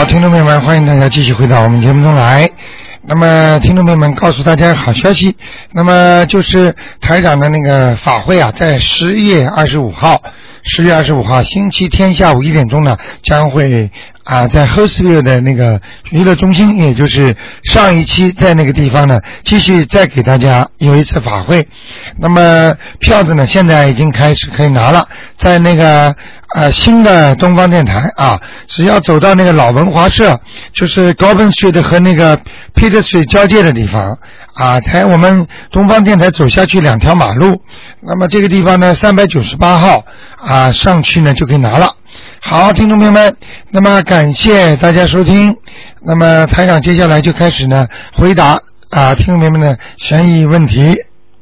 听众朋友们，欢迎大家继续回到我们节目中来。那么听众朋友们，告诉大家好消息，那么就是台长的那个法会啊，在10月25号星期天下午1点钟呢，将会在 Hurstville 的那个娱乐中心，也就是上一期在那个地方呢，继续再给大家有一次法会。那么票子呢，现在已经开始可以拿了，在那个新的东方电台啊，只要走到那个老文华社，就是 Goulburn Street 和那个 Peter Street 交界的地方啊，在我们东方电台走下去2条马路，那么这个地方呢398号上去呢就可以拿了。好，听众朋友们，那么感谢大家收听，那么台长接下来就开始呢回答听众朋友们的悬疑问题。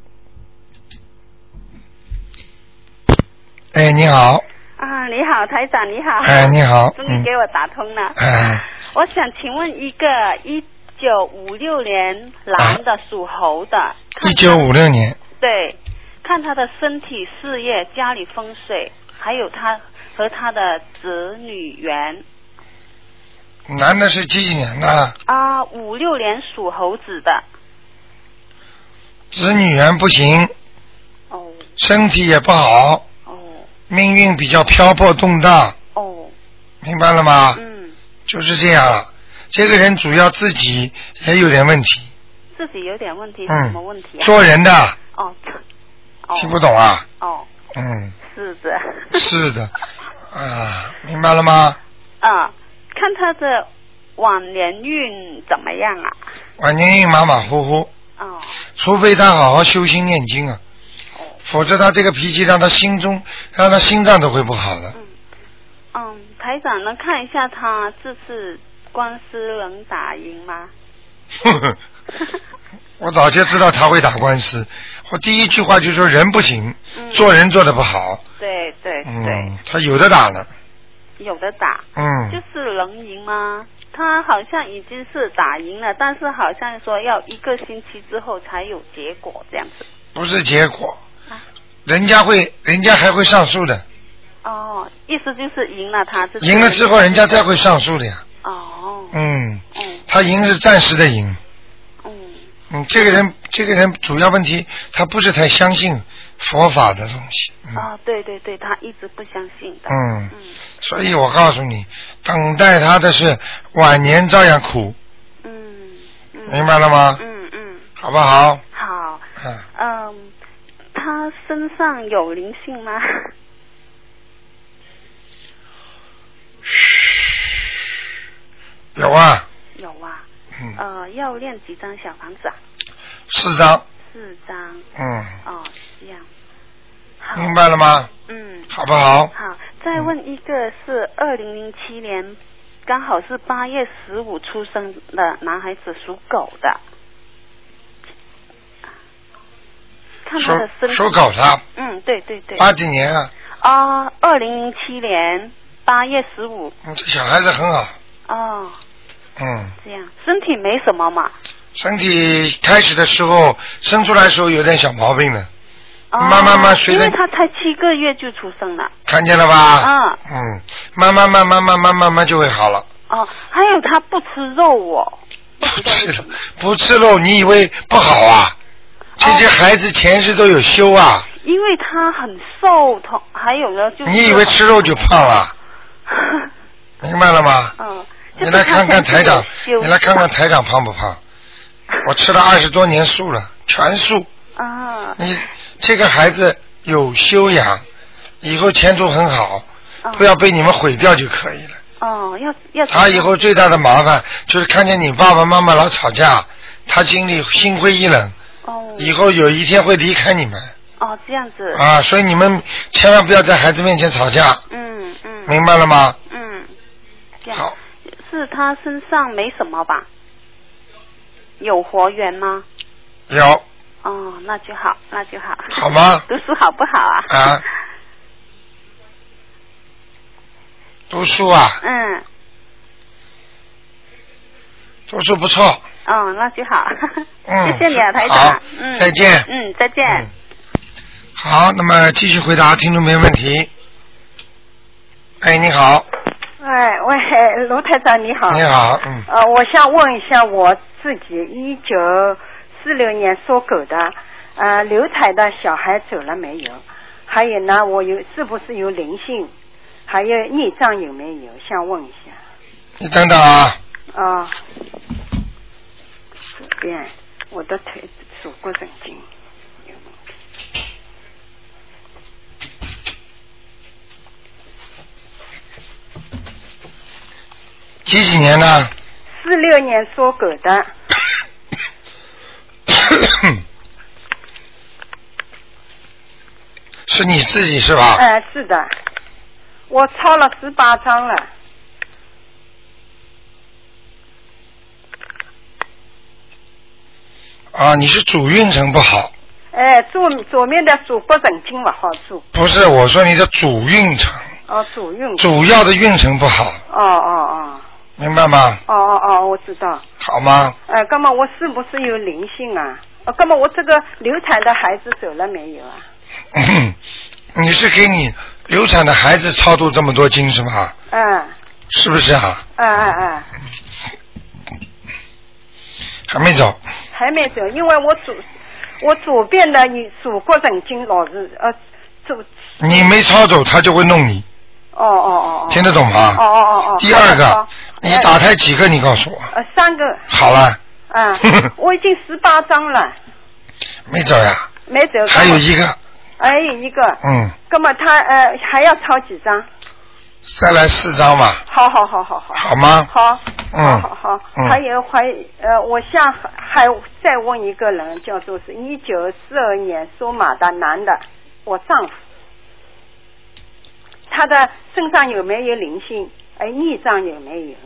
哎，你好。 你好，台长，你好。 哎，你好。 终于给我打通了。我想请问一个1956年男的属猴的。 1956年。 对，看他的身体、事业、家里风水，还有他和他的子女缘。 男的是几几年的 ？56年属猴子的。 子女缘不行。身体也不好。命运比较漂泊动荡。明白了吗？就是这样了。这个人主要自己也有点问题。 自己有点问题，什么问题做人的。听不懂啊？ 是的。 是的。明白了吗？ 看他的晚年运怎么样啊？ 晚年运马马虎虎。除非他好好修心念经啊。否则他这个脾气让他心脏都会不好的。 台长能看一下他这次官司能打赢吗？ 我早就知道他会打官司。我第一句话就说人不行，做人做得不好。 对。 他有的打呢。 有的打。就是能赢吗？他好像已经是打赢了，但是好像说要1个星期之后才有结果这样子。 不是结果。人家还会上诉的。 意思就是赢了他。 赢了之后人家再会上诉的呀。他赢是暂时的赢。这个人主要问题他不是太相信佛法的东西。 对，他一直不相信的。 所以我告诉你，等待他的是晚年照样苦。明白了吗？好不好？ 好。他身上有灵性吗？ 有啊。 要练几张小房子啊 ？4张。 4张。这样。 明白了吗？好不好？ 好，再问一个是2007年，刚好是8月15出生的男孩子，属狗的。看他的身体。 属狗的。 对。 8几年啊 ？2007年8月15。 这小孩子很好。 这样，身体没什么嘛？ 身体开始的时候生出来的时候有点小毛病的。慢慢随着。 因为他才7个月就出生了。 看见了吧？慢慢就会好了。 还有他不吃肉不吃肉，你以为不好啊？这些孩子前世都有修啊。 因为他很瘦，还有呢就是。 你以为吃肉就胖了？明白了吗？你来看看台长胖不胖？我吃了20多年素了，全素。你这个孩子有修养，以后前途很好，不要被你们毁掉就可以了。他以后最大的麻烦就是看见你爸爸妈妈老吵架，他心灰意冷。以后有一天会离开你们。 这样子。 所以你们千万不要在孩子面前吵架。明白了吗？好。 是他身上没什么吧？有活缘吗？ 有。 那就好。 好吗？ 读书好不好啊？ 读书啊？读书不错。 那就好。谢谢你啊，台长。 好。再见。 再见。 好，那么继续回答听众朋友问题。哎，你好。 哎，喂，卢台长你好。 你好， 我想问一下我自己，1946年属狗的，流产的小孩走了没有？还有呢，我是不是有灵性？还有孽障有没有？想问一下。 你等等啊。 啊。左边，我的腿锁骨神经有问题。 几年呢 ？46年属狗的。 是你自己是吧？ 是的，我抄了18张了。 啊，你是主运程不好。 左面的主骨神经不好做。 不是，我说你的主运程。 主运程。 主要的运程不好。明白吗？ 我知道。 好吗？ 那么我是不是有灵性啊？那么我这个流产的孩子走了没有啊？ 你是给你流产的孩子超度这么多经是吗？是不是啊？还没走。 还没走，因为我左边的主骨神经老是你没抄走，他就会弄你。听得懂吗？第二个，你打胎几个？你告诉我。 3个。 好了。 我已经18张了。 没走呀？ 没走。 还有一个。 还有一个。那么他还要抄几张？ 再来4张吧。 好。 好吗？ 好。好。还有我还再问一个人，叫做是1942年属马的男的，我丈夫，他的身上有没有灵性？孽障有没有？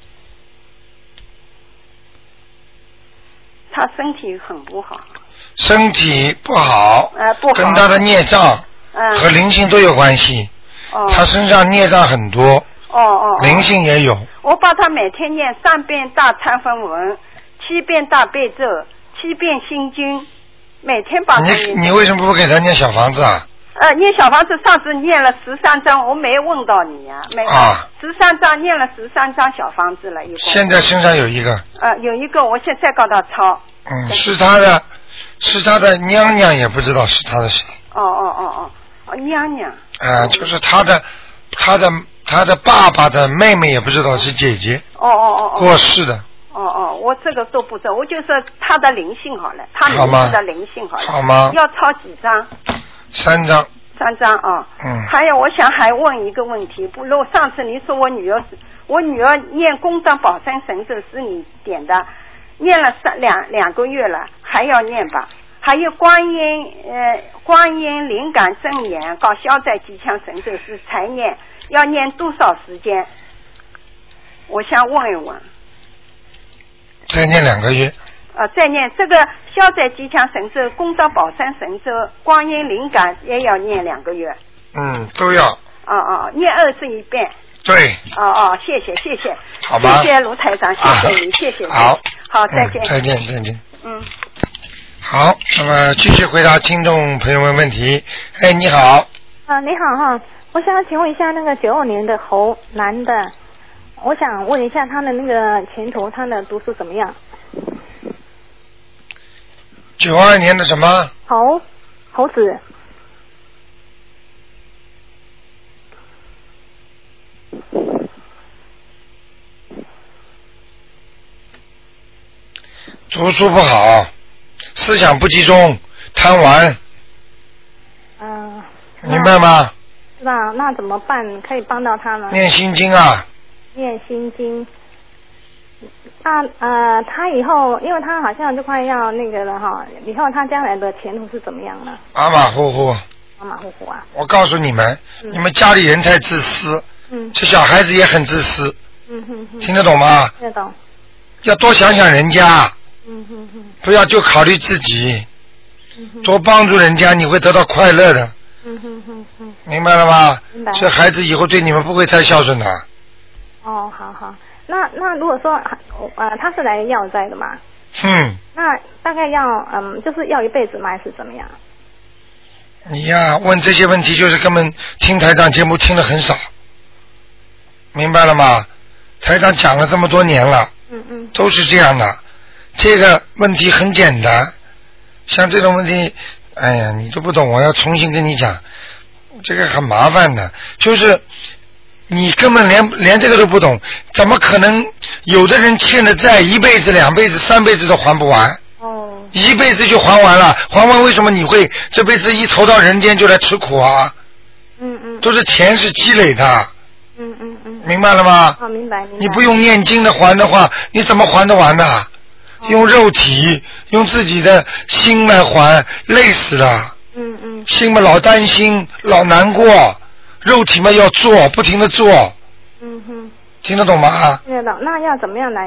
他身体很不好。 身体不好。 不好。 跟他的孽障和灵性都有关系。他身上孽障很多。灵性也有。 我帮他每天念3遍大忏悔文，7遍大悲咒，7遍心经，每天帮他念。 你为什么不给他念小房子啊？ 念小房子上次念了13张，我没问到你呀。13张念了13张小房子了，一共。现在身上有一个。 有一个，我现在告他抄。 是他的娘娘，也不知道是他的谁。 娘娘。 就是他的爸爸的妹妹，也不知道是姐姐。过世的。 我这个都不知道，我就说他的灵性好了，他名字的灵性好了。 好吗？ 要抄几张？3张。3张啊。还有，我想还问一个问题，上次你说我女儿念功德宝山神咒是你点的，念了2个月了，还要念吧？还有观音灵感真言搞消灾吉祥神咒是才念，要念多少时间？我想问一问。 再念2个月。 再念这个消灾吉祥神咒、功德宝山神咒、观音灵感也要念2个月。 都要。 念21遍。 对。 谢谢。 好吧。 谢谢卢台长，谢谢你，谢谢你。 好， 再见。 再见。好，那么继续回答听众朋友们问题。你好。 你好哈，我想请问一下那个92年的猴男的，我想问一下他的那个前途，他的读书怎么样 ？92年的什么？ 猴子。 读书不好，思想不集中，贪玩。明白吗？ 那怎么办？可以帮到他吗？ 念心经啊。 念心经。他以后，因为他好像就快要那个了哈，以后他将来的前途是怎么样呢？ 马马虎虎。我告诉你们，你们家里人太自私。这小孩子也很自私。听得懂吗？ 听得懂。 要多想想人家。不要就考虑自己。多帮助人家，你会得到快乐的。明白了吗？ 明白。 这孩子以后对你们不会太孝顺的。 好。那如果说他是来要债的嘛？那大概要就是要一辈子吗？还是怎么样？ 你呀，问这些问题就是根本听台长节目听得很少。 明白了吗？台长讲了这么多年了，都是这样的。这个问题很简单，像这种问题，哎呀，你都不懂，我要重新跟你讲，这个很麻烦的，就是你根本连这个都不懂，怎么可能有的人欠的债一辈子、2辈子、3辈子都还不完？一辈子就还完了，还完为什么你会这辈子一投到人间就来吃苦啊？都是钱是积累的。明白了吗？ 明白。 你不用念经的还的话，你怎么还得完的？用肉体，用自己的心来还，累死了。心嘛老担心，老难过，肉体嘛要做，不停的做。听得懂吗？ 听得懂。那要怎么样来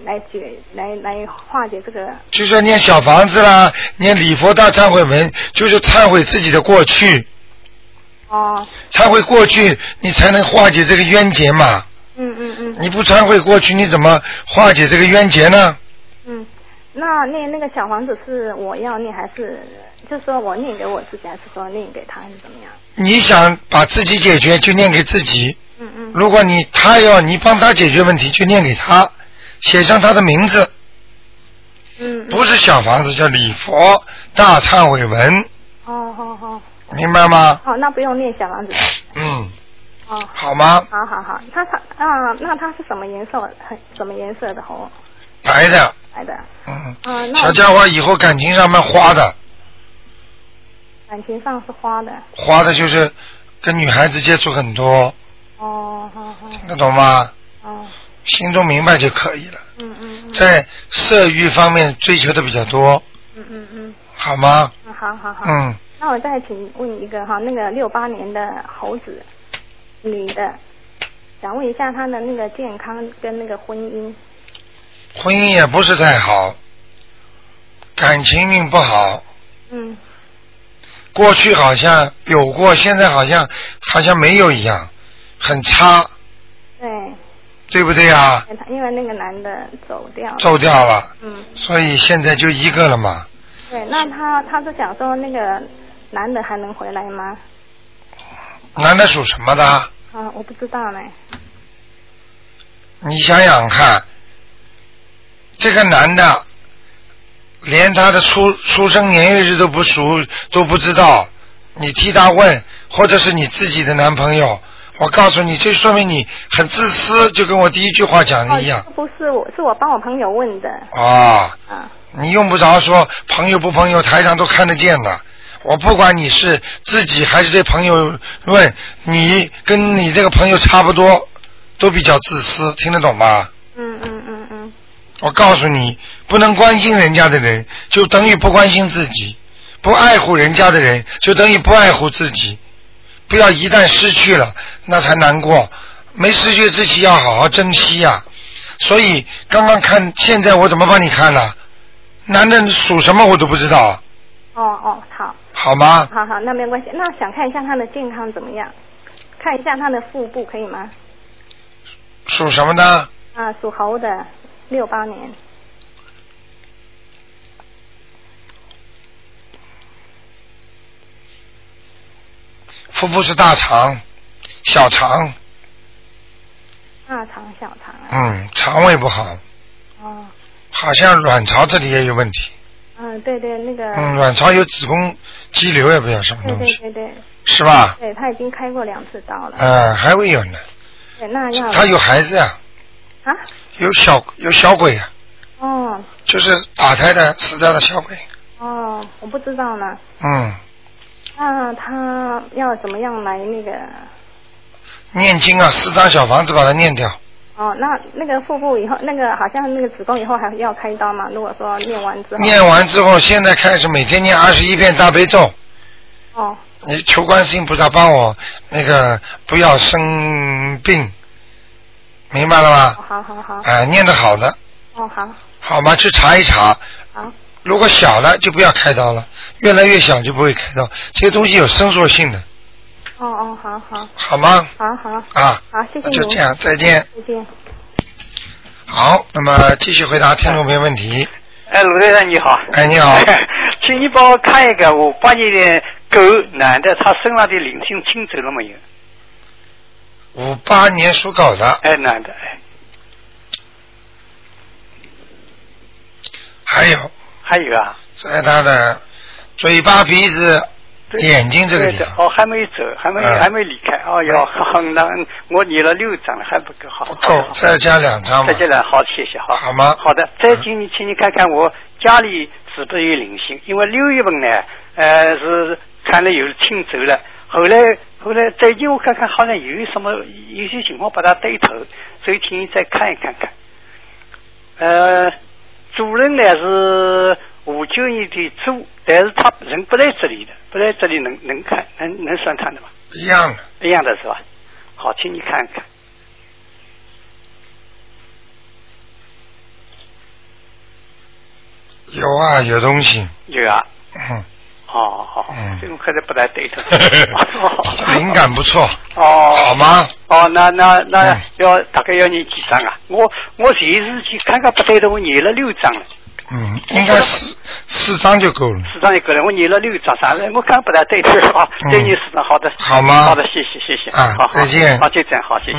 化解这个？ 就是要念小房子啦，念礼佛大忏悔文，就是忏悔自己的过去。忏悔过去，你才能化解这个冤结嘛。你不忏悔过去，你怎么化解这个冤结呢？ 那念那个小房子是我要念，还是就是说我念给我自己，还是说念给他，还是怎么样？你想把自己解决，就念给自己。如果他要你帮他解决问题，就念给他，写上他的名字。不是小房子，叫礼佛大忏悔文。 好。 明白吗？ 那不用念小房子。 好吗？ 好。那它是什么颜色？什么颜色的猴？ 白的。小家伙以后感情上面花的。 感情上是花的。 花的就是跟女孩子接触很多。 好。 听得懂吗？心中明白就可以了。在色欲方面追求的比较多。好吗？ 好。那我再请问一个那个68年的猴子，女的，想问一下她的那个健康跟那个婚姻。 婚姻也不是太好，感情运不好。过去好像有过，现在好像没有一样，很差。对不对啊？ 因为那个男的走掉了。所以现在就一个了嘛。 对，那他是想说那个男的还能回来吗？ 男的属什么的？ 我不知道呢。 你想想看，这个男的连他的出生年月日都不知道，你替他问，或者是你自己的男朋友，我告诉你，这说明你很自私，就跟我第一句话讲的一样。 不是我，是我帮我朋友问的。 你用不着说朋友不朋友，台上都看得见的。我不管你是自己还是对朋友问，你跟你这个朋友差不多，都比较自私，听得懂吗？我告诉你，不能关心人家的人，就等于不关心自己；不爱护人家的人，就等于不爱护自己。不要一旦失去了，那才难过。没失去之前要好好珍惜呀。所以刚刚看，现在我怎么帮你看呢？男的属什么我都不知道。 好。 好吗？ 好，那没关系。那想看一下他的健康怎么样？看一下他的腹部可以吗？ 属什么的？ 属猴的，68年。 腹部是大肠、小肠。 大肠、小肠。 肠胃不好。好像卵巢这里也有问题。 对，那个。 卵巢有子宫肌瘤，也不知道什么东西。 对。 是吧？ 对，他已经开过2次刀了。 还会有呢。 对，那要。 他有孩子呀。有小鬼啊。就是打胎的死掉的小鬼。 我不知道呢。那他要怎么样来那个？ 念经啊，4张小房子把它念掉。 那个腹部以后，那个好像那个子宫以后还要开刀吗？如果说念完之后。 念完之后，现在开始每天念21遍大悲咒。你求观世音菩萨帮我那个不要生病，明白了吗？ 好。 念得好的。 好。 好吗？去查一查。 好。 如果小了就不要开刀了，越来越小就不会开刀，这些东西有伸缩性的。 好。 好吗？ 好。 好， 谢谢你。 就这样，再见。 再见。 好，那么继续回答听众朋友问题。 卢队长你好。 你好。 请你帮我看一个58年的狗男的，他身上的灵性清走了没有 58年属狗的。 哎，男的，哎。 还有啊， 在他的嘴巴、鼻子、眼睛这个地方。 还没走，还没离开。哦哟，那我念了6张了，还不够好。 不够，再加2张嘛。 再加2，好，谢谢， 好吗？ 好的，再请你看看我家里是不是有灵性？因为6月份呢，是看了有清走了，后来最近我看看好像有些情况把它对头，所以请你再看一看。主人呢是59年的猪，但是他人不在这里的，能看能算他的吧？ 一样的是吧？好，请你看看。 有啊，有东西。 有啊。好，这种可能不太对头。 灵感不错。 好吗？ 那大概要念几张啊？我这次去看看不对的，我念了6张了。 应该4张就够了。 4张就够了，我念了6张，3张我看不太对头啊。再念4张，好的。 好吗？ 好的，谢谢。好， 再见。 好，就这样，好，谢谢。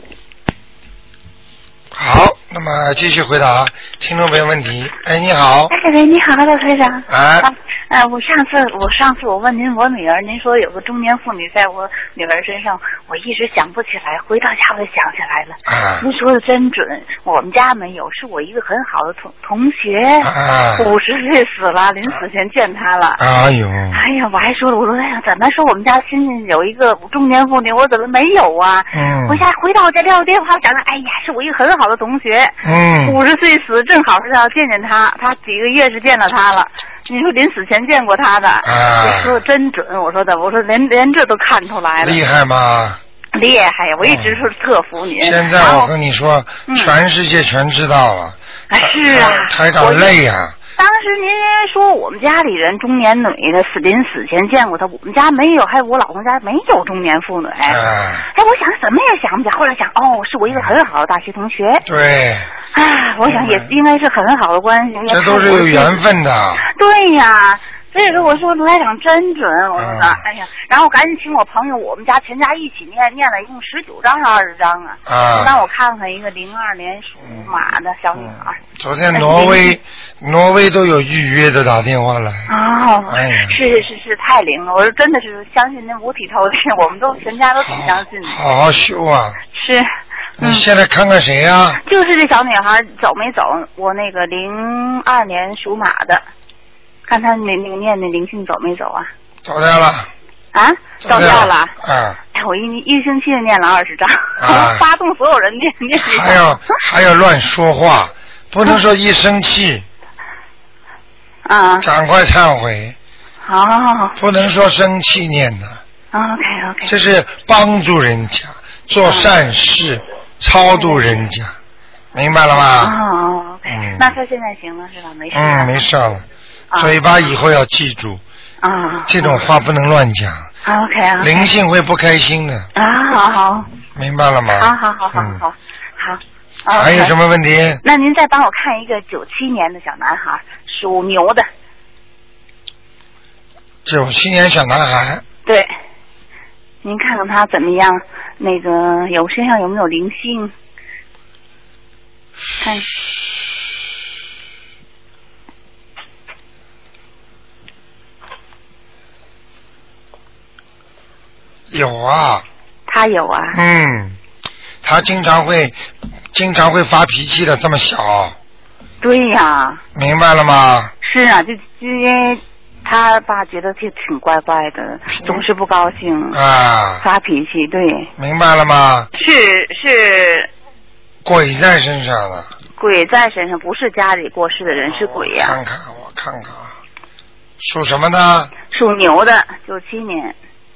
好，那么继续回答听众朋友问题。哎，你好。 喂，你好，罗台长。我上次我问您我女儿，您说有个中年妇女在我女儿身上，我一直想不起来，回到家我就想起来了。您说的真准，我们家没有，是我一个很好的同学，50岁死了，临死前见他了。哎呀，我还说了，我说怎么说我们家亲戚有一个中年妇女，我怎么没有啊？我现在回到家撂电话，我想着，哎呀，是我一个很好的同学，50岁死，正好是要见见他，他几个月是见到他了。你说临死前见过他的，说的真准，我说连这都看出来了， 厉害吗？ 厉害，我一直是特服您。 现在我跟你说，全世界全知道了。 是啊， 台长累啊。 当时您说我们家里人中年女的临死前见过他，我们家没有，还有我老公家没有中年妇女。我想怎么也想不起来，后来想，是我一个很好的大学同学。 对。 我想也应该是很好的关系。 这都是有缘分的。 对呀。所以说我说卢台长真准，我说哎呀，然后赶紧请我朋友，我们家全家一起念了一共19张还是20张啊？让我看看一个02年属马的小女孩。 昨天挪威都有预约的打电话来。哎呀， 是太灵了！我说真的是相信您五体投地，我们都全家都挺相信的。 好好修啊！ 是。 你现在看看谁呀？ 就是这小女孩走没走？我那个02年属马的。看他那个念的灵性走没走啊？ 走掉了。 走掉了。我一星期念了20张，发动所有人念。 还有乱说话，不能说一生气。赶快忏悔。不能说生气念的。 OK。 这是帮助人家做善事，超度人家，明白了吗 ？OK。那他现在行了是吧？没事。 没事了。嘴巴以后要记住这种话不能乱讲。 OK。 灵性会不开心的。 好。 明白了吗？ 好。 还有什么问题？ 那您再帮我看一个97年的小男孩，属牛的。 97年小男孩。 对。您看看他怎么样？那个身上有没有灵性？看。 有啊。 他有啊。 他经常会发脾气的，这么小。 对呀。 明白了吗？ 是啊，就因为他爸觉得挺怪怪的，总是不高兴发脾气。对。 明白了吗？ 是。 鬼在身上了。 鬼在身上，不是家里过世的人，是鬼呀。 我看看啊。属什么的？ 属牛的，97年。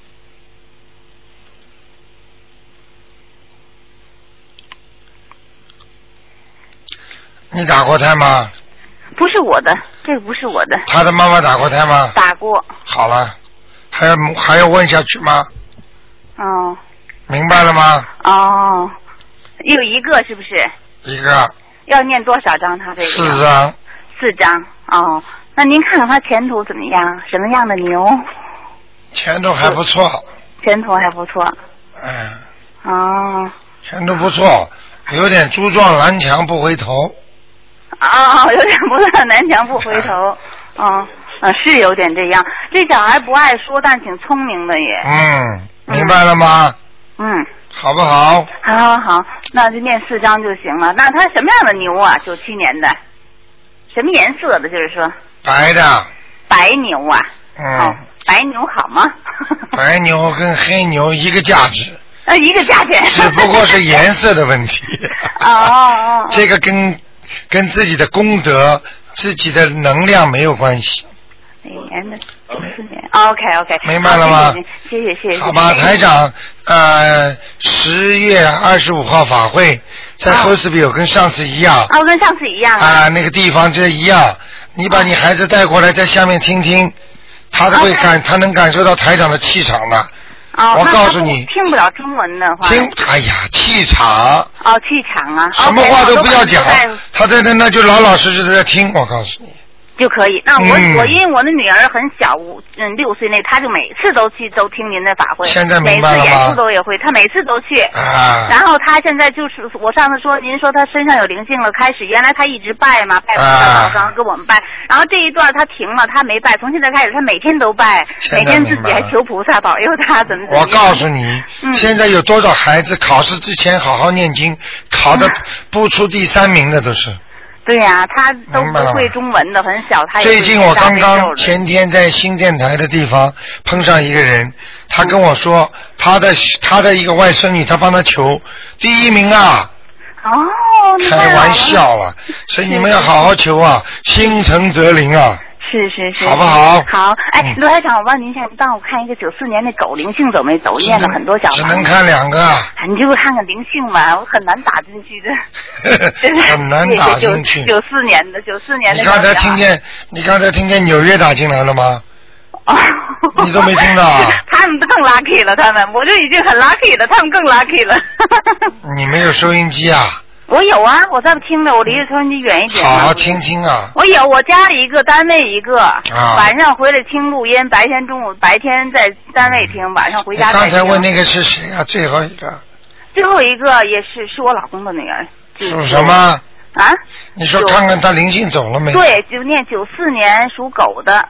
你打过胎吗？ 不是我的，这个不是我的。 他的妈妈打过胎吗？ 打过。 好了，还要问下去吗？明白了吗？ 有一个是不是？ 一个。 要念多少张？他这个 4张。 4张。那您看看他前途怎么样？什么样的牛？ 前途还不错。 前途还不错。 哦。 前途不错，有点猪撞南墙不回头。 哦，有点不撞南墙不回头。哦，是有点这样。这小孩不爱说，但挺聪明的也。 明白了吗？好不好？ 好，那就念4章就行了。那他什么样的牛啊？97年的，什么颜色的？就是说白的。 白牛啊。白牛好吗？ 白牛跟黑牛一个价值。 一个价钱。 只不过是颜色的问题。这个跟自己的功德、自己的能量没有关系。 哪年的？94年。OK， 明白了吗？ 谢谢。 好吧，台长，10月25号法会在 Hosville 跟上次一样。 跟上次一样啊。那个地方这一样，你把你孩子带过来，在下面听听，他他能感受到台长的气场的。我告诉你， 听不了中文的话。 哎呀，气场。 气场啊。 什么话都不要讲，他在那就老老实实的在听，我告诉你。 就可以。那我因为我的女儿很小，6岁那，她就每次都听您的法会。 现在明白了吗？ 每次演出都也会，她每次都去。然后她现在就是我上次说，您说她身上有灵性了，开始原来她一直拜嘛，拜菩萨老刚跟我们拜，然后这一段她停了，她没拜，从现在开始她每天都拜，每天自己还求菩萨保佑她怎么。 我告诉你，现在有多少孩子考试之前好好念经，考的不出第3名的都是。 对呀，他都不会中文的，很小。他最近我刚前天在新电台的地方碰上一个人，他跟我说他的一个外孙女，他帮他求第1名啊。开玩笑了，所以你们要好好求啊，心诚则灵啊。是，好不好？ 好，罗台长，我问您一下，你帮我看一个94年那狗灵性走没走？念了很多小。 只能看2个。 你就看看灵性嘛，我很难打进去的。 很难打进去。 94年的。 你刚才听见纽约打进来了吗？你都没听到啊？ 他们更 lucky 了，我就已经很 lucky 了，他们更 lucky 了。 你没有收音机啊？ 我有啊，我在听着，我离着收音机远一点。 好好听听啊！ 我有，我家里一个，单位一个，晚上回来听录音，白天在单位听，晚上回家再听。 刚才问那个是谁啊？最后一个。 最后一个也是我老公的女儿。 属什么？ 啊？ 你说看看他灵性走了没？ 对，就念94年属狗的。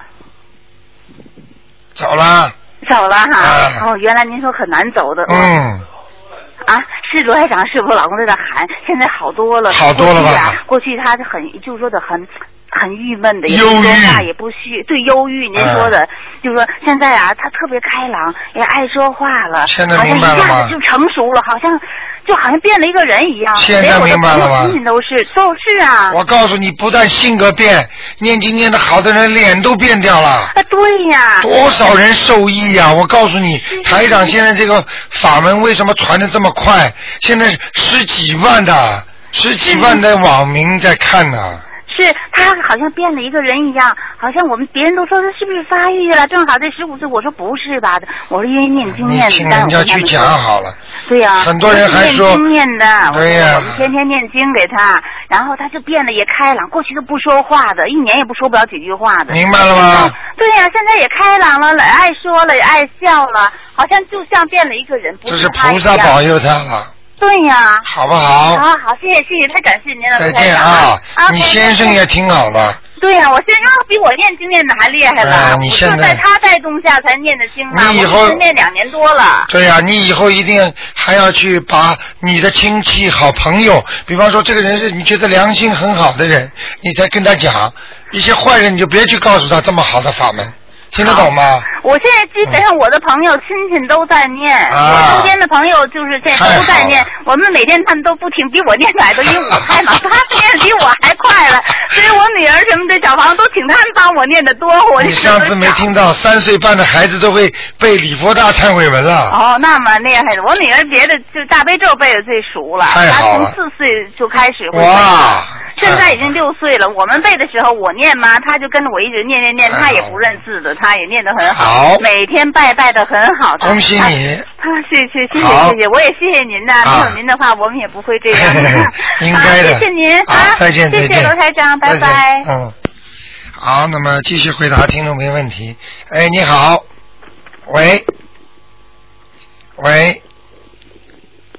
走了哈。原来您说很难走的。是罗台长，是我老公在那喊，现在好多了。好多了吧？过去他是就是说的很郁闷的，也不说话，也不对，忧郁。您说的，就是说现在啊，他特别开朗，也爱说话了， 现在明白了吗？ 好像一下子就成熟了，好像变了一个人一样。 现在明白了吗？ 亲戚都是啊。 我告诉你，不但性格变，念经念得好的人脸都变掉了。 对呀。 多少人受益呀！我告诉你，台长现在这个法门为什么传得这么快？现在10几万的网民在看呢。 是他好像变了一个人一样，好像别人都说他是不是发育了？正好在15岁，我说不是吧？我说因为念经念的， 你听人家去讲好了。 对呀。 很多人还说念经念的， 对呀。 我们天天念经给他，然后他就变得也开朗，过去都不说话的，1年也不说不了几句话的。 明白了吗？ 对呀，现在也开朗了，爱说了，也爱笑了，好像就像变了一个人。 这是菩萨保佑他了。 对呀。 好不好？ 好，谢谢，太感谢您了。 再见啊！你先生也挺好的。 对呀，我先生比我念经念的还厉害了。 你现在他带动下才念的经嘛。 你以后念2年多了。 对呀，你以后一定还要去把你的亲戚、好朋友，比方说这个人是你觉得良心很好的人，你才跟他讲；一些坏人你就别去告诉他这么好的法门。听得懂吗？ 我现在基本上我的朋友亲戚都在念，我周边的朋友就是现在都在念，我们每天他们都不停，比我念的还多，因为我太忙，他念的比我还快了，所以我女儿什么的小房都请他们帮我念的多。 你上次没听到3岁半的孩子都会背礼佛大忏悔文了？ 那么厉害的，我女儿别的就大悲咒背的最熟了，她从4岁就开始会背了。现在已经6岁了，我们背的时候我念嘛，他就跟着我一直念，他也不认字的，他也念得很好，每天拜的很好。 恭喜你！ 谢谢，我也谢谢您呐，没有您的话，我们也不会这样。 应该的。 谢谢您再见， 谢谢罗台长，拜拜。 好，那么继续回答听众朋友问题。你好，喂，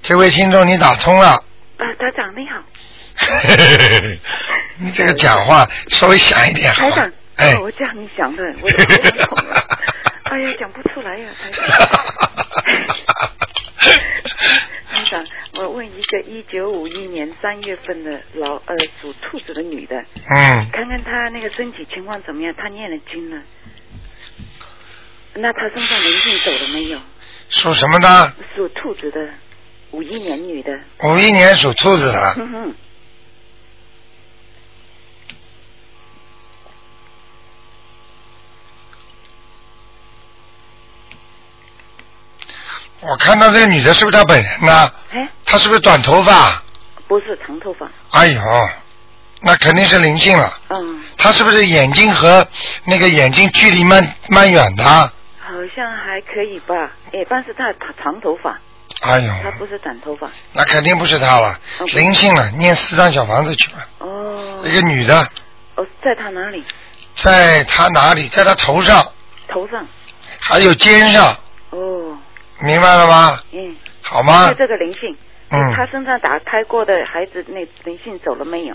这位听众你打通了。 台长你好。 你这个讲话稍微响一点好吧？ 台长，我叫你想的，我的头很痛了。哎呀，讲不出来呀，台长。台长，我问一个1951年3月份的属兔子的女的，看看她那个身体情况怎么样？她念了经了，那她身上灵性走了没有？ 属什么的？ 属兔子的，51年女的。 51年属兔子的。我看到这个女的是不是她本人呢？她是不是短头发？ 不是，长头发。 哎呦，那肯定是灵性了。她是不是眼睛和那个眼睛距离蛮远的？ 好像还可以吧，但是她长头发。 哎呦， 她不是短头发。 那肯定不是她了，灵性了，念4张小房子去吧。一个女的。 在她哪里？ 在她哪里？在她头上。 头上。 还有肩上。明白了吗？好吗？ 就这个灵性，他身上打胎过的孩子，那灵性走了没有？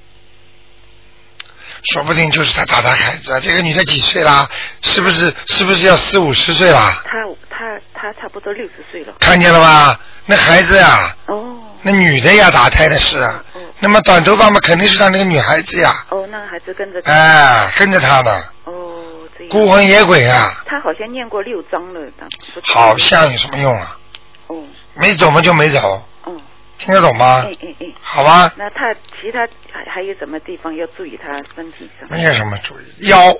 说不定就是他打胎孩子啊！这个女的几岁啦？是不是要40、50岁啦？ 他差不多60岁了。 看见了吧？那孩子呀，那女的呀，打胎的是啊。那么短头发嘛，肯定是他那个女孩子呀。 那个孩子跟着。 跟着他的。孤魂野鬼啊！ 他好像念过6章了， 好像有什么用啊？没走嘛就没走。听得懂吗？好吧。 那他其他还有什么地方要注意？他身体上没有什么注意，腰。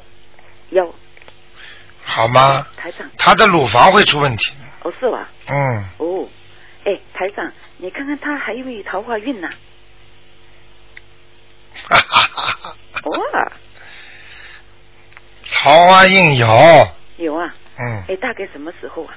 好吗？ 台长。 他的乳房会出问题。 是吧？台长，你看看他还有没有桃花运呢？ 桃花运有啊，大概什么时候啊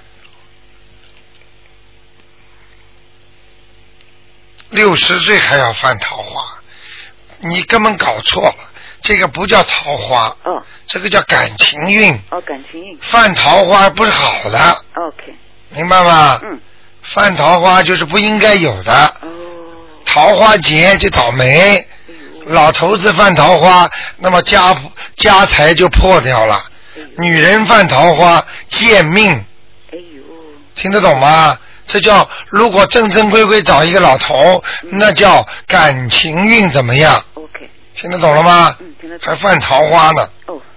？60岁还要犯桃花，你根本搞错了，这个不叫桃花，这个叫感情运。 感情运。 犯桃花不是好的。 OK。 明白吗？犯桃花就是不应该有的。桃花劫就倒霉。老头子犯桃花，那么家财就破掉了。女人犯桃花，贱命。听得懂吗？这叫如果正规规找一个老头，那叫感情运怎么样？听得懂了吗？ 听得懂。 还犯桃花呢。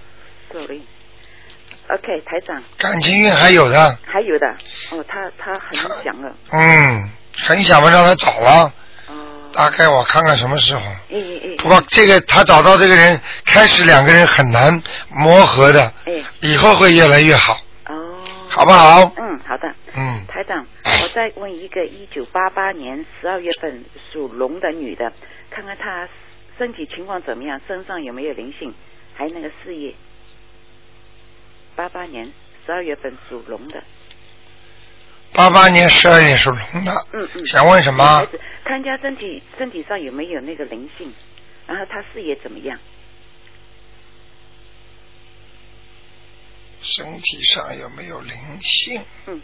sorry。OK， 台长。 感情运还有的。 还有的。他很想了。 很想嘛，让他找了。大概我看看什么时候。不过这个他找到这个人，开始2个人很难磨合的。以后会越来越好。好不好？ 好的。台长，我再问一个1988年12月份属龙的女的，看看她身体情况怎么样，身上有没有灵性，还有那个事业。88年12月份属龙的。 88年12月属龙的。想问什么？ 看家身体上有没有那个灵性，然后他事业怎么样？ 身体上有没有灵性？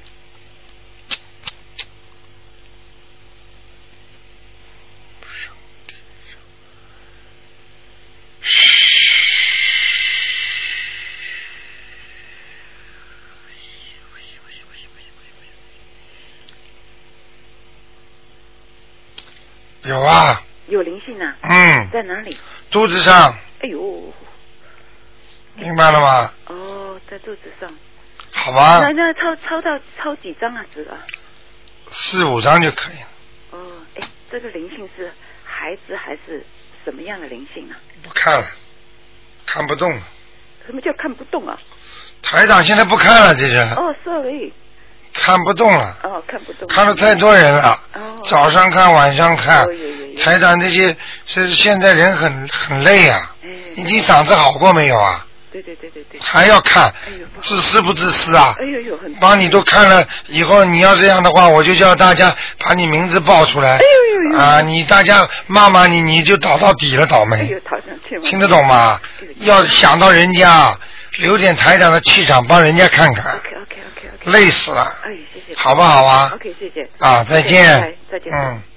有啊。 有灵性啊。在哪里？ 肚子上。 哎呦。 明白了吗？ 在肚子上。 好吧。 那抄几张啊？纸啊 ？4、5张就可以了。 这个灵性是孩子还是什么样的灵性啊？ 不看了，看不动了。 什么叫看不动啊？ 台长现在不看了，这是。 sorry。 看不动了。 看不动。 看了太多人了。早上看，晚上看。台长这些现在人很累啊。你听嗓子好过没有啊？ 对。 还要看，自私不自私啊？ 很。 帮你都看了以后，你要这样的话，我就叫大家把你名字报出来。你大家骂你，你就倒到底了，倒霉。听得懂吗？要想到人家， 留点台长的气场帮人家看看。 OK， 累死了。 哎，谢谢。 好不好啊 ？OK， 谢谢。 啊，再见。 再见。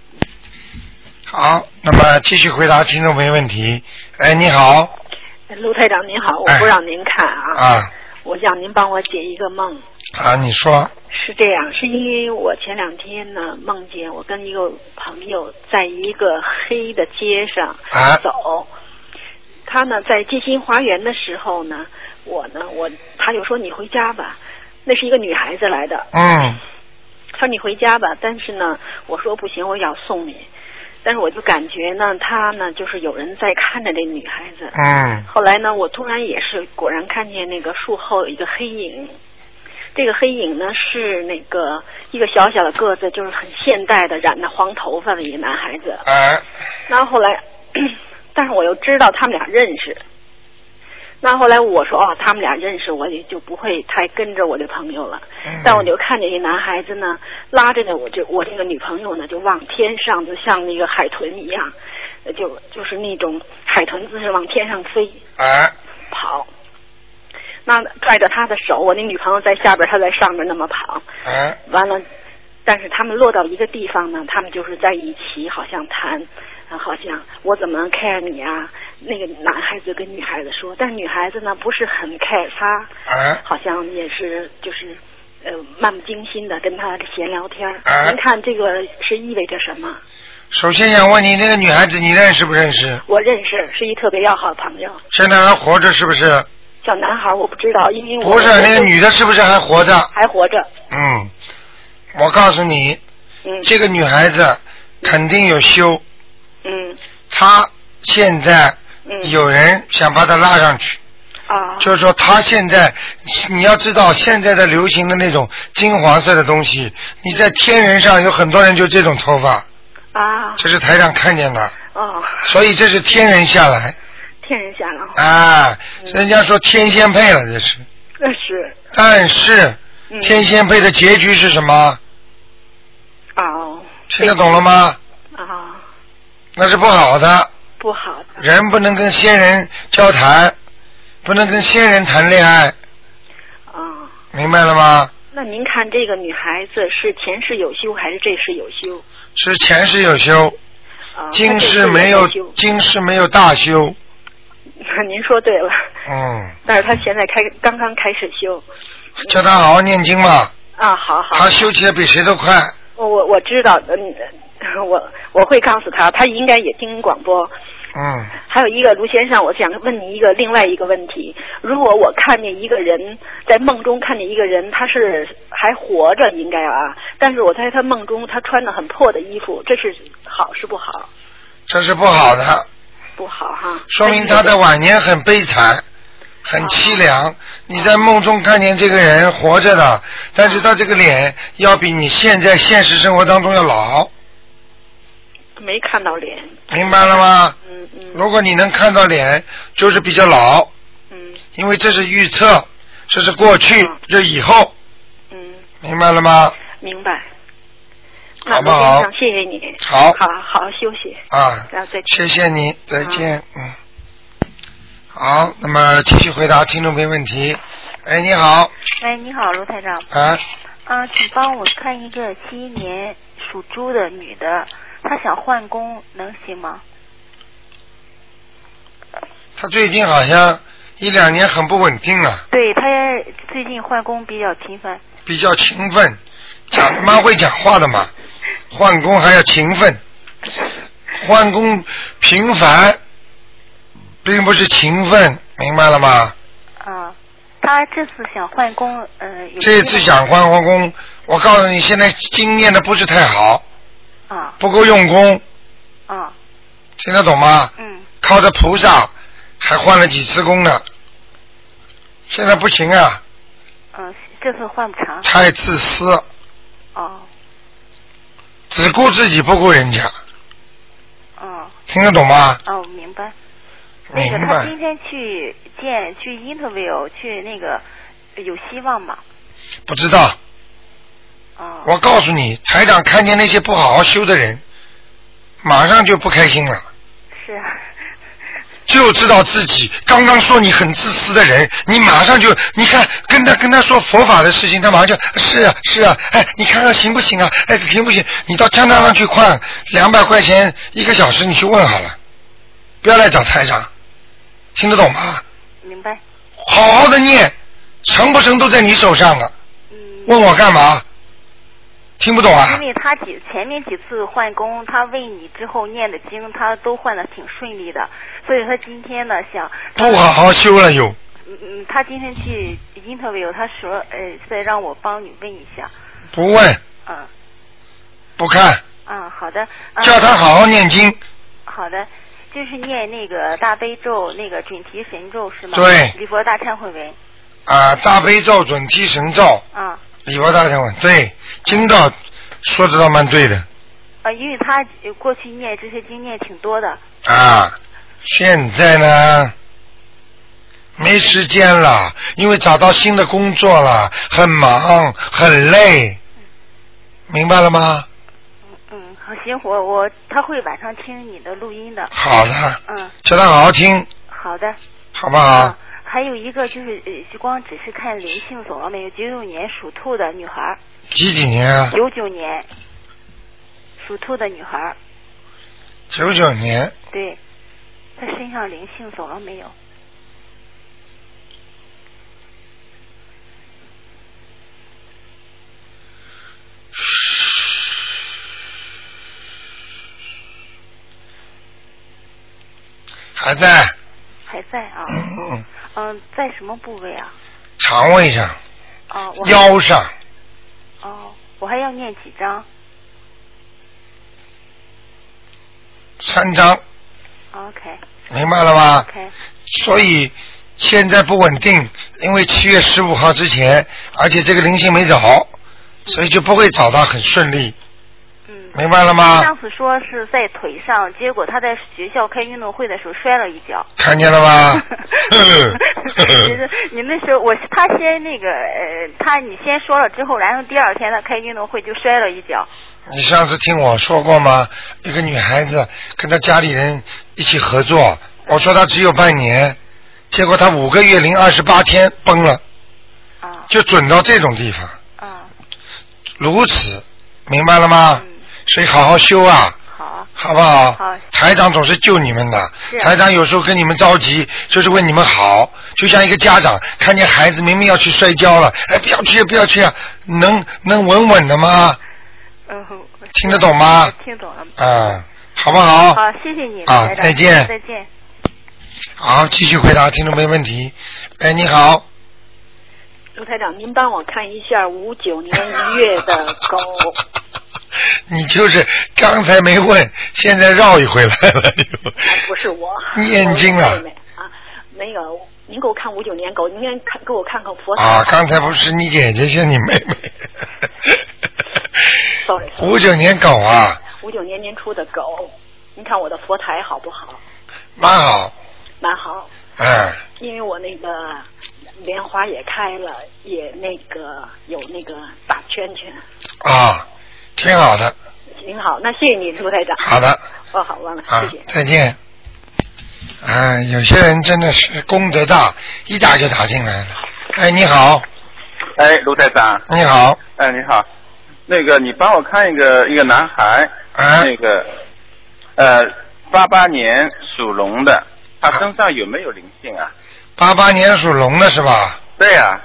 好，那么继续回答听众朋友问题。哎，你好。 卢台长您好，我不让您看啊。 我想您帮我解一个梦。 啊，你说。 是这样，是因为我前2天呢梦见我跟一个朋友在一个黑的街上走，他呢在金星花园的时候呢，他就说你回家吧，那是一个女孩子来的。他说你回家吧，但是呢我说不行，我要送你。但是我就感觉呢，他呢就是有人在看着这女孩子。后来呢，我突然也是果然看见那个树后有一个黑影，这个黑影呢是那个一个小小的个子，就是很现代的染着黄头发的一个男孩子。那后来，但是我又知道他们俩认识。那后来我说他们俩认识，我也就不会太跟着我的朋友了。但我就看见一男孩子呢，拉着呢我这个女朋友呢，就往天上，就像那个海豚一样，就是那种海豚姿势往天上飞，跑。那拽着他的手，我那女朋友在下边，他在上面那么跑。完了，但是他们落到一个地方呢，他们就是在一起，好像谈。好像我怎么 care 你啊？那个男孩子跟女孩子说，但是女孩子呢不是很 care 他，好像也是就是漫不经心的跟他闲聊天。您看这个是意味着什么？ 首先想问你，那个女孩子你认识不认识？ 我认识，是一特别要好的朋友。 现在还活着是不是？ 小男孩我不知道，因为不是那个女的，是不是还活着？ 还活着。 我告诉你，这个女孩子肯定有修。她现在有人想把她拉上去。就是说她现在，你要知道现在的流行的那种金黄色的东西，你在天人上有很多人就这种头发。这是台上看见的。所以这是天人下来。 天人下来。 人家说天仙配了，这是。 是。 但是天仙配的结局是什么？听得懂了吗？那是不好的。 不好的。 人不能跟仙人交谈，不能跟仙人谈恋爱。明白了吗？ 那您看这个女孩子是前世有修还是这世有修？ 是前世有修。今世没有，今世没有大修。 您说对了。但是她现在刚刚开始修。 叫她好好念经嘛。 好。 她修起来比谁都快。 我知道，我会告诉他，他应该也听广播。还有一个卢先生，我想问你另外一个问题：如果我看见一个人在梦中看见一个人，他是还活着，应该但是我在他梦中他穿的很破的衣服，这是好是不好？ 这是不好的。 不好哈。 说明他的晚年很悲惨。很凄凉，你在梦中看见这个人活着的，但是他这个脸要比你现在现实生活当中要老。 没看到脸。 明白了吗？如果你能看到脸，就是比较老。因为这是预测，这是过去，这以后。明白了吗？ 明白。 好不好？ 谢谢你。 好好休息。 谢谢你，再见。好，那么继续回答听众朋友问题。你好。 你好，卢台长。请帮我看一个71年属猪的女的，她想换工，能行吗？ 她最近好像1、2年很不稳定了。 对，她最近换工比较勤奋。 比较勤奋，蛮会讲话的嘛。换工还要勤奋，换工频繁。并不是勤奋，明白了吗？ 他这次想换工， 这次想换工，我告诉你，现在经验的不是太好，不够用功，听得懂吗？靠着菩萨，还换了几次工呢，现在不行啊。 这次换不成。 太自私。只顾自己不顾人家。听得懂吗？ 明白。他今天去 interview 去那个有希望吗？ 不知道。我告诉你，台长看见那些不好好修的人，马上就不开心了。 是。 就知道自己刚刚说你很自私的人，你马上就你看跟他说佛法的事情，他马上就是啊，哎，你看看行不行啊？哎，行不行？你到加拿大去换200块钱1个小时，你去问好了，不要来找台长，听得懂吗？ 明白。 好好的念，成不成都在你手上了。问我干嘛？听不懂啊？ 因为他前面几次换工，他为你之后念的经，他都换的挺顺利的，所以他今天呢想不好好修了又。 他今天去 interview， 他说再让我帮你问一下。 不问。不看。 好的。 叫他好好念经。 好的，就是念那个大悲咒，那个准提神咒是吗？ 对。 礼佛大忏悔文。 大悲咒、准提神咒。礼佛大忏悔，对，经道说的倒蛮对的。 因为他过去念这些经念挺多的。 现在呢没时间了，因为找到新的工作了，很忙很累，明白了吗？ 好，行，他会晚上听你的录音的。 好的。叫他好好听。 好的。 好不好？ 还有一个就是光只是看灵性走了没有？99年属兔的女孩。 几年啊 ？99年属兔的女孩。 99年。 对，她身上灵性走了没有？ 还在。 还在啊。在什么部位啊？ 肠胃上。腰上。 我还要念几张 ？3张。 OK。 明白了吗 ？OK。 所以现在不稳定，因为7月15号之前，而且这个灵性没走，所以就不会找到很顺利。明白了吗？ 上次说是在腿上，结果他在学校开运动会的时候摔了一跤。 看见了吗？ 你那时候他先那个你先说了之后，然后第2天他开运动会就摔了一跤。 你上次听我说过吗？一个女孩子跟她家里人一起合作，我说她只有半年，结果她5个月零28天崩了，就准到这种地方。如此，明白了吗？所以好好修啊，好不好？ 好。 台长总是救你们的，台长有时候跟你们着急，就是为你们好。就像一个家长看见孩子明明要去摔跤了，哎，不要去啊，能稳稳的吗？听得懂吗？ 听懂了。 好不好？ 好，谢谢你。 再见。 再见。 好，继续回答听众没问题。哎，你好。 卢台长，您帮我看一下59年1月的狗。 你就是刚才没问，现在绕一回来了。 不是我。 念经了。 那个，您给我看59年狗，您先给我看看佛台。 刚才不是你姐姐，是你妹妹。 sorry。 59年狗啊。 59年年初的狗，您看我的佛台好不好？ 蛮好。 蛮好。因为我那个莲花也开了，也那个有那个大圈圈。 挺好的。 挺好，那谢谢你，卢台长。 好的。 好，完了，谢谢。 再见。有些人真的是功德大，一打就打进来了。哎，你好。 哎，卢台长。 你好。 哎，你好。那个，你帮我看一个男孩，那个88年属龙的，他身上有没有灵性啊 ？88年属龙的是吧？ 对呀。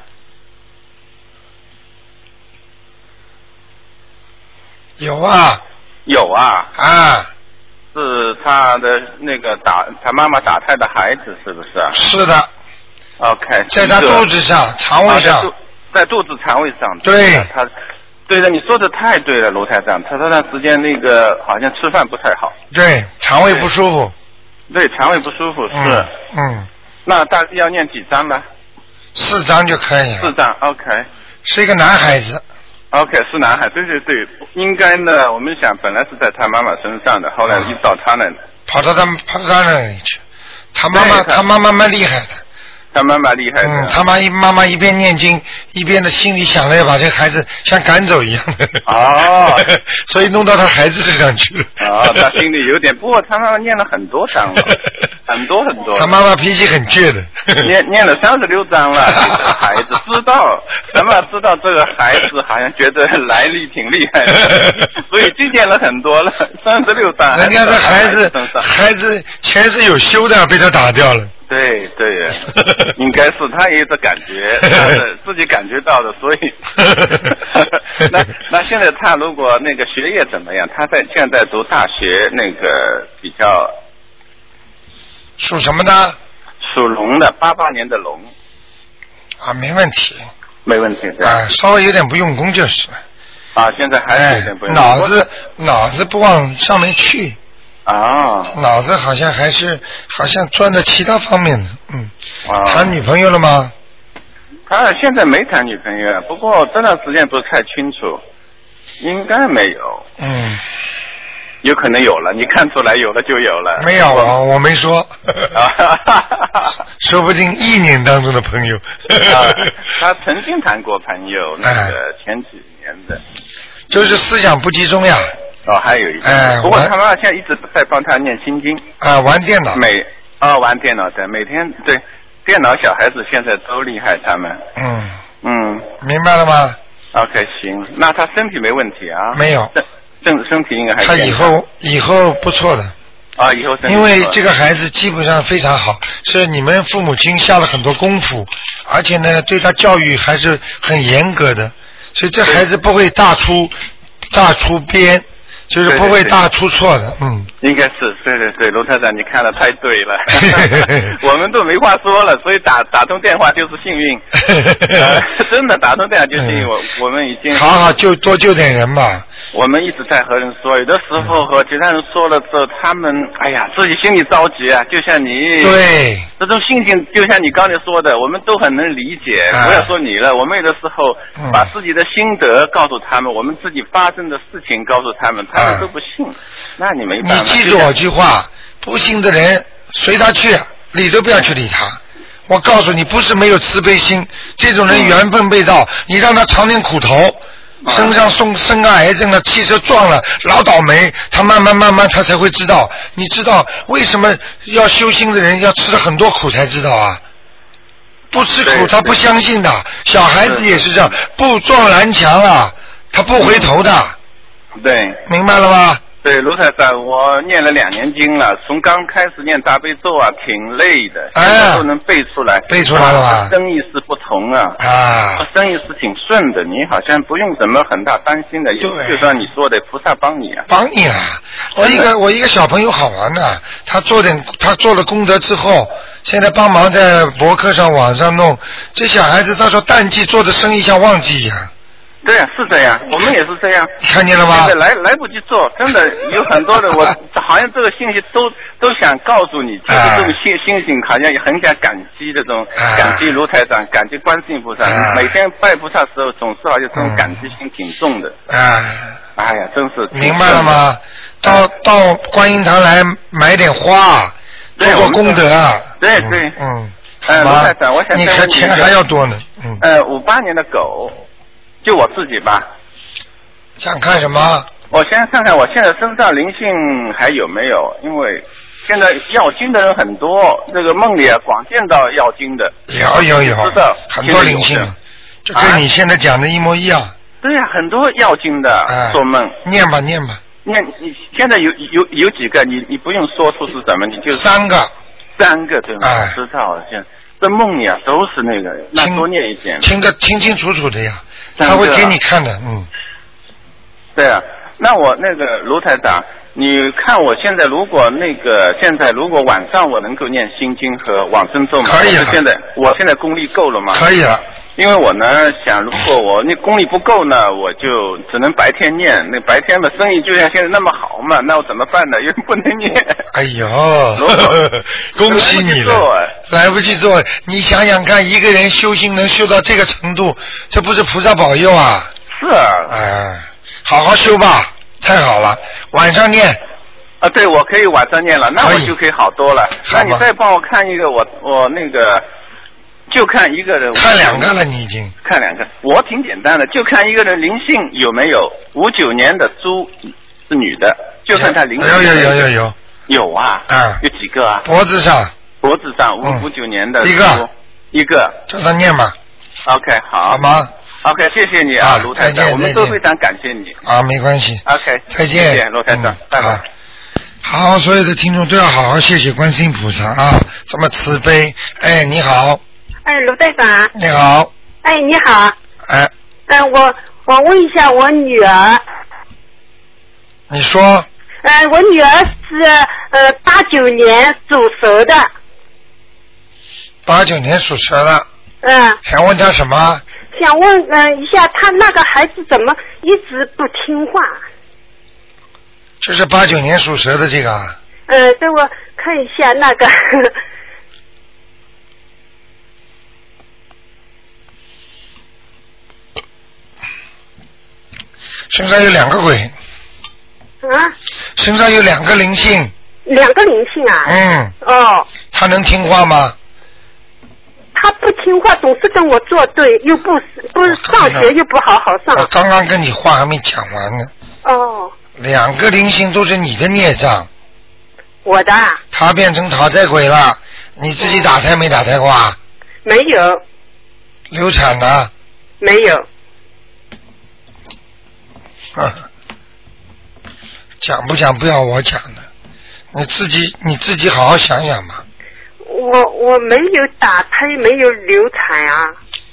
有啊。 有啊。是他的那个他妈妈打胎的孩子是不是啊？ 是的。 OK。 在他肚子上，肠胃上。 在肚子肠胃上。 对。 对的，你说的太对了，卢台长。他这段时间那个好像吃饭不太好。 对，肠胃不舒服。 对，肠胃不舒服是。那大概要念几张呢 ？4张就可以了。 4张 ，OK。 是一个男孩子。 OK， 是男孩，对对对，应该呢，我们想本来是在他妈妈身上的，后来一到他那里， 跑到他那里去。他妈妈蛮厉害的， 他妈妈厉害的。 他妈妈一边念经，一边的心里想着要把这个孩子像赶走一样的。 哦。 所以弄到他孩子身上去了。 他心里有点，不过他妈妈念了很多章了，很多。 他妈妈脾气很倔的。 念了36章了，这个孩子知道，他妈知道这个孩子好像觉得来历挺厉害的，所以就念了很多了，36章。 人家这孩子前世有修的，被他打掉了。 对，应该是他也有这感觉，他自己感觉到的，所以那现在他如果那个学业怎么样？他现在读大学，那个比较属什么的？ 属龙的，88年的龙。 没问题。 没问题，对。 稍微有点不用功就是。 现在还是有点不用功。 脑子不往上面去。脑子好像钻在其他方面了。谈女朋友了吗？ 他现在没谈女朋友，不过这段时间不是太清楚，应该没有。有可能有了，你看出来有了就有了。 没有，我没说。说不定1年当中的朋友。 他曾经谈过朋友，那个前几年的。 就是思想不集中呀。 还有一个。不过他妈现在一直在帮他念心经。 玩电脑。 玩电脑的，每天对电脑，小孩子现在都厉害，他们。 明白了吗 ？OK， 行，那他身体没问题啊？ 没有。 身体应该还。 他以后不错的。 以后身体。 因为这个孩子基本上非常好，是你们父母亲下了很多功夫，而且呢，对他教育还是很严格的，所以这孩子不会大出边。就是不会大出错的。 应该是，对，卢台长你看的太对了。我们都没话说了，所以打通电话就是幸运。真的打通电话就是幸运。我们已经好多救点人嘛。 我们一直在和人说，有的时候和其他人说了之后，他们自己心里着急啊，就像你对这种心情，就像你刚才说的，我们都很能理解。不要说你了，我们有的时候把自己的心得告诉他们，我们自己发生的事情告诉他们，他们都不信。那你没办法。 你记住我句话，不信的人随他去，理都不要去理他。我告诉你，不是没有慈悲心，这种人缘分未到，你让他尝点苦头，身上生个癌症了，汽车撞了，老倒霉，他慢慢他才会知道。你知道为什么要修心的人要吃了很多苦才知道啊？不吃苦他不相信的。小孩子也是这样，不撞南墙啊，他不回头的。 对， 明白了吗？ 对，卢台长，我念了2年经了，从刚开始念大悲咒啊，挺累的，现在都能背出来。 背出来了吧？ 生意是不同啊。生意是挺顺的，你好像不用什么很大担心的，就像你说的，菩萨帮你啊。 帮你啊！我一个小朋友好玩的，他做了功德之后，现在帮忙在博客上网上弄，这小孩子到时候淡季做的生意像旺季一样。 对呀，是这样，我们也是这样。 看见了吗？ 来不及做，真的有很多人，我好像这个信息都想告诉你，就是这种心情，好像也很想感激这种，感激卢台长，感激观世音菩萨。每天拜菩萨的时候，总是好像这种感激心挺重的。哎呀，真是。 明白了吗？到观音堂来买点花，做做功德啊。 对。卢台长，我想你看钱还要多呢。 58年的狗。就我自己吧。 想看什么？ 我先看看我现在身上灵性还有没有，因为现在要经的人很多，这个梦里广见到要经的。 有，知道很多灵性，就跟你现在讲的一模一样。 对呀，很多要经的做梦。 念吧。念， 你现在有几个？你不用说出是什么，你就 3个。 3个对吗？知道现在。这梦里都是那个，那多念一点。 听得清清楚楚的呀，他会给你看的。 对啊，那我那个卢台长，你看我现在如果晚上我能够念心经和往生咒吗？ 可以了。 我现在功力够了吗？ 可以了。 因为我呢想，如果我那功力不够呢，我就只能白天念。那白天的生意就像现在那么好嘛，那我怎么办呢？又不能念。 哎呦，恭喜你了！来不及做，你想想看，一个人修行能修到这个程度，这不是菩萨保佑啊？ 是啊。 好好修吧，太好了，晚上念。 对，我可以晚上念了，那我就可以好多了。那你再帮我看一个，我那个就看一个人。 看2个了，你已经看2个。我挺简单的，就看一个人灵性有没有。59年的猪是女的，就看她灵性。有啊。有几个啊？ 脖子上 59年的一个。 叫他念吧。 OK， 好吗 ？OK， 谢谢你啊，卢台长，我们都非常感谢你。 啊，没关系。 OK， 再见， 谢谢卢台长，拜拜。 好，所有的听众都要好好谢谢观世音菩萨啊，这么慈悲。哎，你好。 哎，卢队长。 你好。 哎，你好。 哎。 我问一下我女儿。 你说。 我女儿是89年属蛇的。 89年属蛇的。想问她什么？ 想问一下，她那个孩子怎么一直不听话？ 就是89年属蛇的这个啊。 等我看一下那个。 身上有2个鬼。 啊？ 身上有2个灵性。 2个灵性啊？哦。 他能听话吗？ 他不听话，总是跟我作对，又不上学，又不好好上。 我刚刚跟你话还没讲完呢。 哦。 2个灵性都是你的孽障。 我的。 他变成讨债鬼了，你自己打胎没打胎过啊？ 没有。 流产的？ 没有。 讲不讲不要我讲的，你自己好好想想嘛。 我没有打胎，没有流产啊。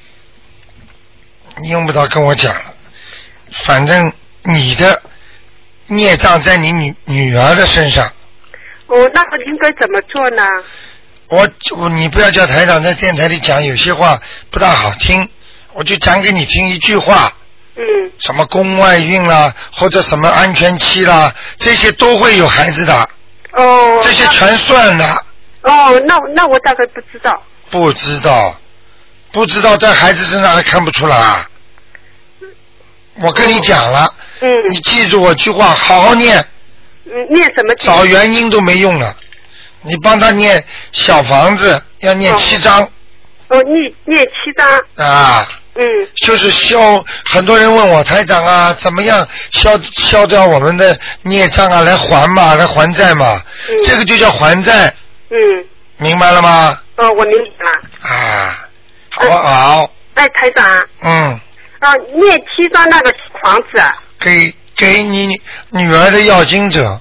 你用不着跟我讲了，反正你的孽障在你女儿的身上。 那我应该怎么做呢？ 你不要叫台长在电台里讲，有些话不大好听，我就讲给你听一句话。什么宫外孕啦，或者什么安全期啦，这些都会有孩子的。这些全算的。 那我大概不知道。 不知道在孩子身上还看不出来。我跟你讲了。你记住我句话，好好念。 念什么？ 找原因都没用了。你帮他念小房子，要念7章。 念7章。 啊。就是很多人问我台长啊，怎么样消掉我们的孽障啊，来还债嘛。这个就叫还债。明白了吗？ 我明白了。 啊，好不好？ 台长。念7张那个房子。给你女儿的要经者。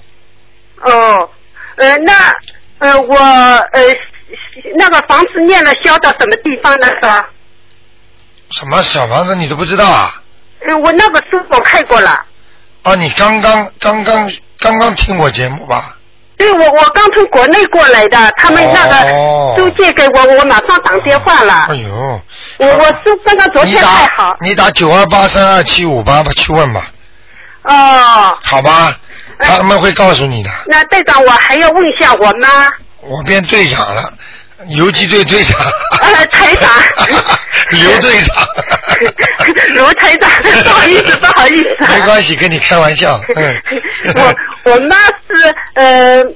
我那个房子念了消到什么地方呢？ 什么小房子你都不知道啊？ 我那个书我看过了。 你刚刚听我节目吧？ 对，我刚从国内过来的，他们那个书借给我马上打电话了。 哎呦！ 我书刚刚昨天太好。 你打92832758吧，去问吧。好吧，他们会告诉你的。 那队长，我还要问一下我妈。 我变队长了。游击队队长。 台长。 刘队长。 卢台长，不好意思。 没关系，跟你开玩笑。 我妈是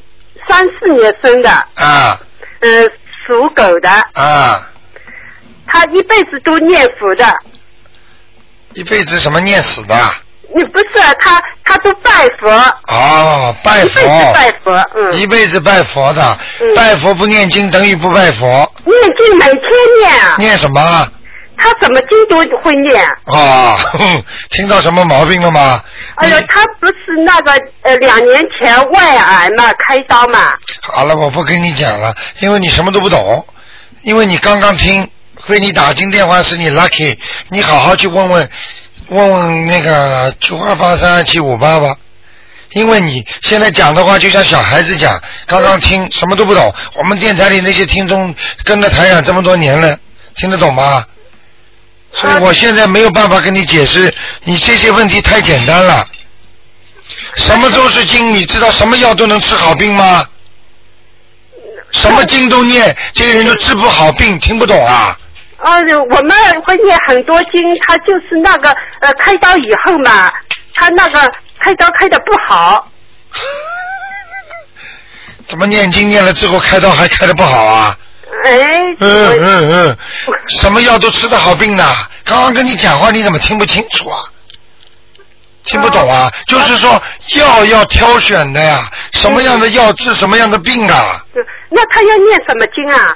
34年生的。属狗的。她一辈子都念佛的。 一辈子什么念死的？ 你不是他都拜佛。 拜佛。 一辈子拜佛。 一辈子拜佛的。拜佛不念经等于不拜佛。 念经每天念啊。 念什么？ 他什么经都会念。 听到什么毛病了吗？ 他不是那个2年前外癌嘛，开刀嘛。 好了，我不跟你讲了，因为你什么都不懂，因为你刚刚听，给你打进电话是你 lucky， 你好好去问问那个92832758吧，因为你现在讲的话就像小孩子讲，刚刚听什么都不懂。我们电台里那些听众跟着台长这么多年了，听得懂吗？所以我现在没有办法跟你解释，你这些问题太简单了。什么都是经，你知道什么药都能治好病吗？什么经都念，这个人就治不好病，听不懂啊？ 我们会念很多经，他就是那个开刀以后嘛，他那个开刀开得不好。 怎么念经念了之后开刀还开得不好啊？ 什么药都吃得好病的。刚刚跟你讲话，你怎么听不清楚啊？听不懂啊？就是说药要挑选的呀，什么样的药治什么样的病啊？ 那他要念什么经啊？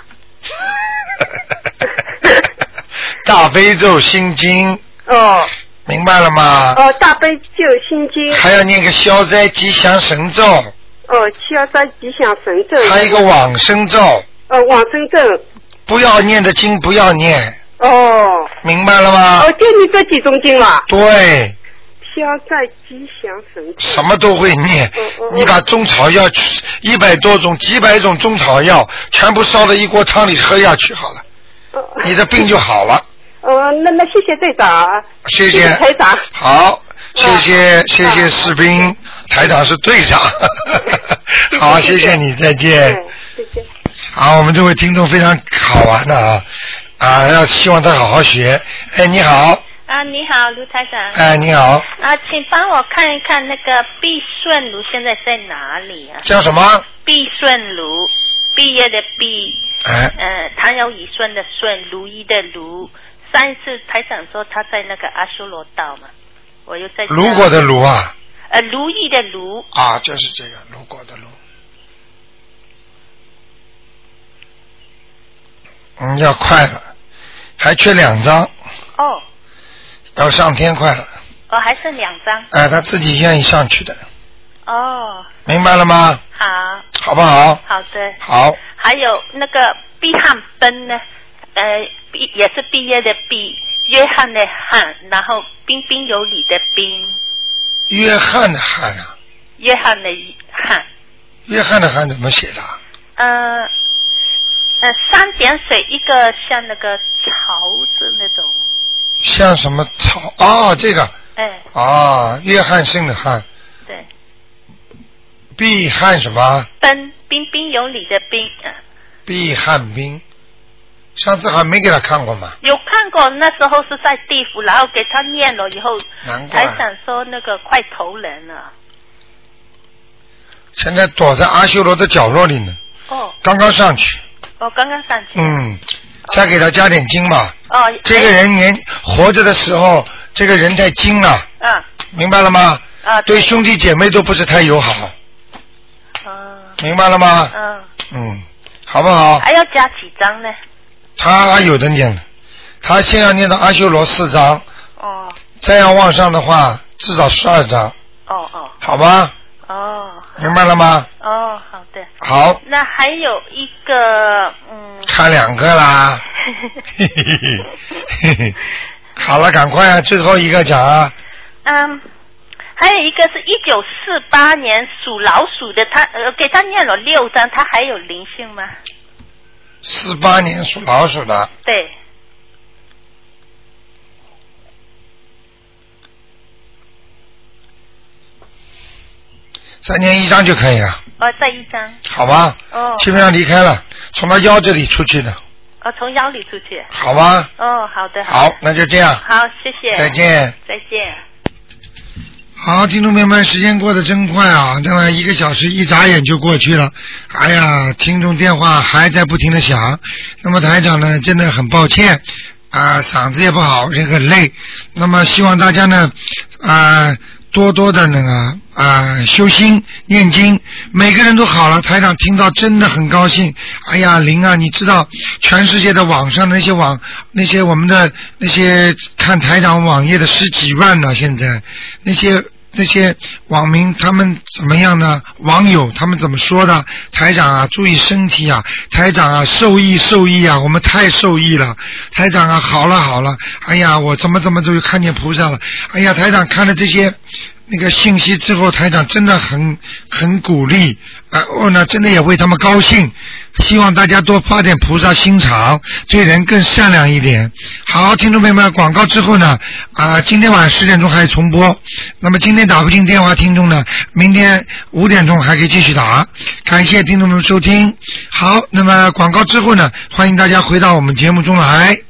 大悲咒心经。明白了吗？ 大悲咒心经。 还要念个消灾吉祥神咒。 消灾吉祥神咒。 还有一个往生咒。 往生咒。 不要念的经不要念。明白了吗？ 就你这几种经了。 对。 消灾吉祥神咒。 什么都会念。你把中草药100多种、几百种中草药全部烧到一锅汤里喝下去好了，你的病就好了。 那谢谢队长。 谢谢台长。 好，谢谢士兵，台长是队长。好，谢谢你，再见。 再见。 好，我们这位听众非常好玩的要希望他好好学。你好。 你好，卢台长。 你好。 请帮我看一看那个毕顺炉现在在哪里啊？ 叫什么？ 毕顺炉，毕业的毕，唐有乙顺的顺，如意的如。上一次台长说他在那个阿修罗道嘛，我又在。 如果的如啊。 如意的如。 就是这个如果的如。要快了，还缺2张。要上天快了。 还剩2张。 他自己愿意上去的。明白了吗？ 好。 好不好？ 好的。 好。 还有那个毕汉奔呢？也是毕业的毕，约翰的翰，然后彬彬有礼的彬。 约翰的翰啊？ 约翰的翰。 约翰的翰怎么写的 ？3点水，一个像那个草字那种。 像什么草？这个。约翰逊的翰。 对。 毕汉什么？ 彬彬有礼的彬。 毕汉彬。上次还没给他看过吗？ 有看过，那时候是在地府，然后给他念了以后，还想说那个快投人了。 现在躲在阿修罗的角落里呢。刚刚上去。 刚刚上去。 再给他加点精吧。这个人活着的时候，这个人太精了。明白了吗？对兄弟姐妹都不是太友好。明白了吗？好不好？ 还要加几张呢？ 他还有的念，他先要念到阿修罗4张，再要往上的话至少12张。好吧？明白了吗？ 好的。 好。 那还有一个看2个啦。好了，赶快最后一个讲啊。 还有一个是1948年属老鼠的，他给他念了6张，他还有灵性吗 ？48年属老鼠的。 对。 再念1张就可以了。 再1张。 好吧。基本上离开了，从他腰这里出去的。 从腰里出去。 好吧。 好的。 好，那就这样。 好，谢谢。 再见。 再见。 好，听众朋友们，时间过得真快啊！那么1个小时一眨眼就过去了。哎呀，听众电话还在不停的响。那么台长呢，真的很抱歉嗓子也不好，人很累。那么希望大家呢多多的那个修心念经，每个人都好了。台长听到真的很高兴。哎呀，灵啊，你知道全世界的网上的那些我们的那些看台长网页的10几万呢，现在那些网民他们怎么样呢？网友他们怎么说的？台长注意身体台长受益我们太受益了。台长好了，哎呀，我怎么就看见菩萨了。哎呀，台长看了这些那个信息之后，台长真的很鼓励我呢真的也为他们高兴，希望大家多发点菩萨心肠，对人更善良一点。好，听众朋友们，广告之后呢今天晚上10点钟还有重播。那么今天打不进电话听众呢，明天5点钟还可以继续打。感谢听众们收听。好，那么广告之后呢，欢迎大家回到我们节目中来。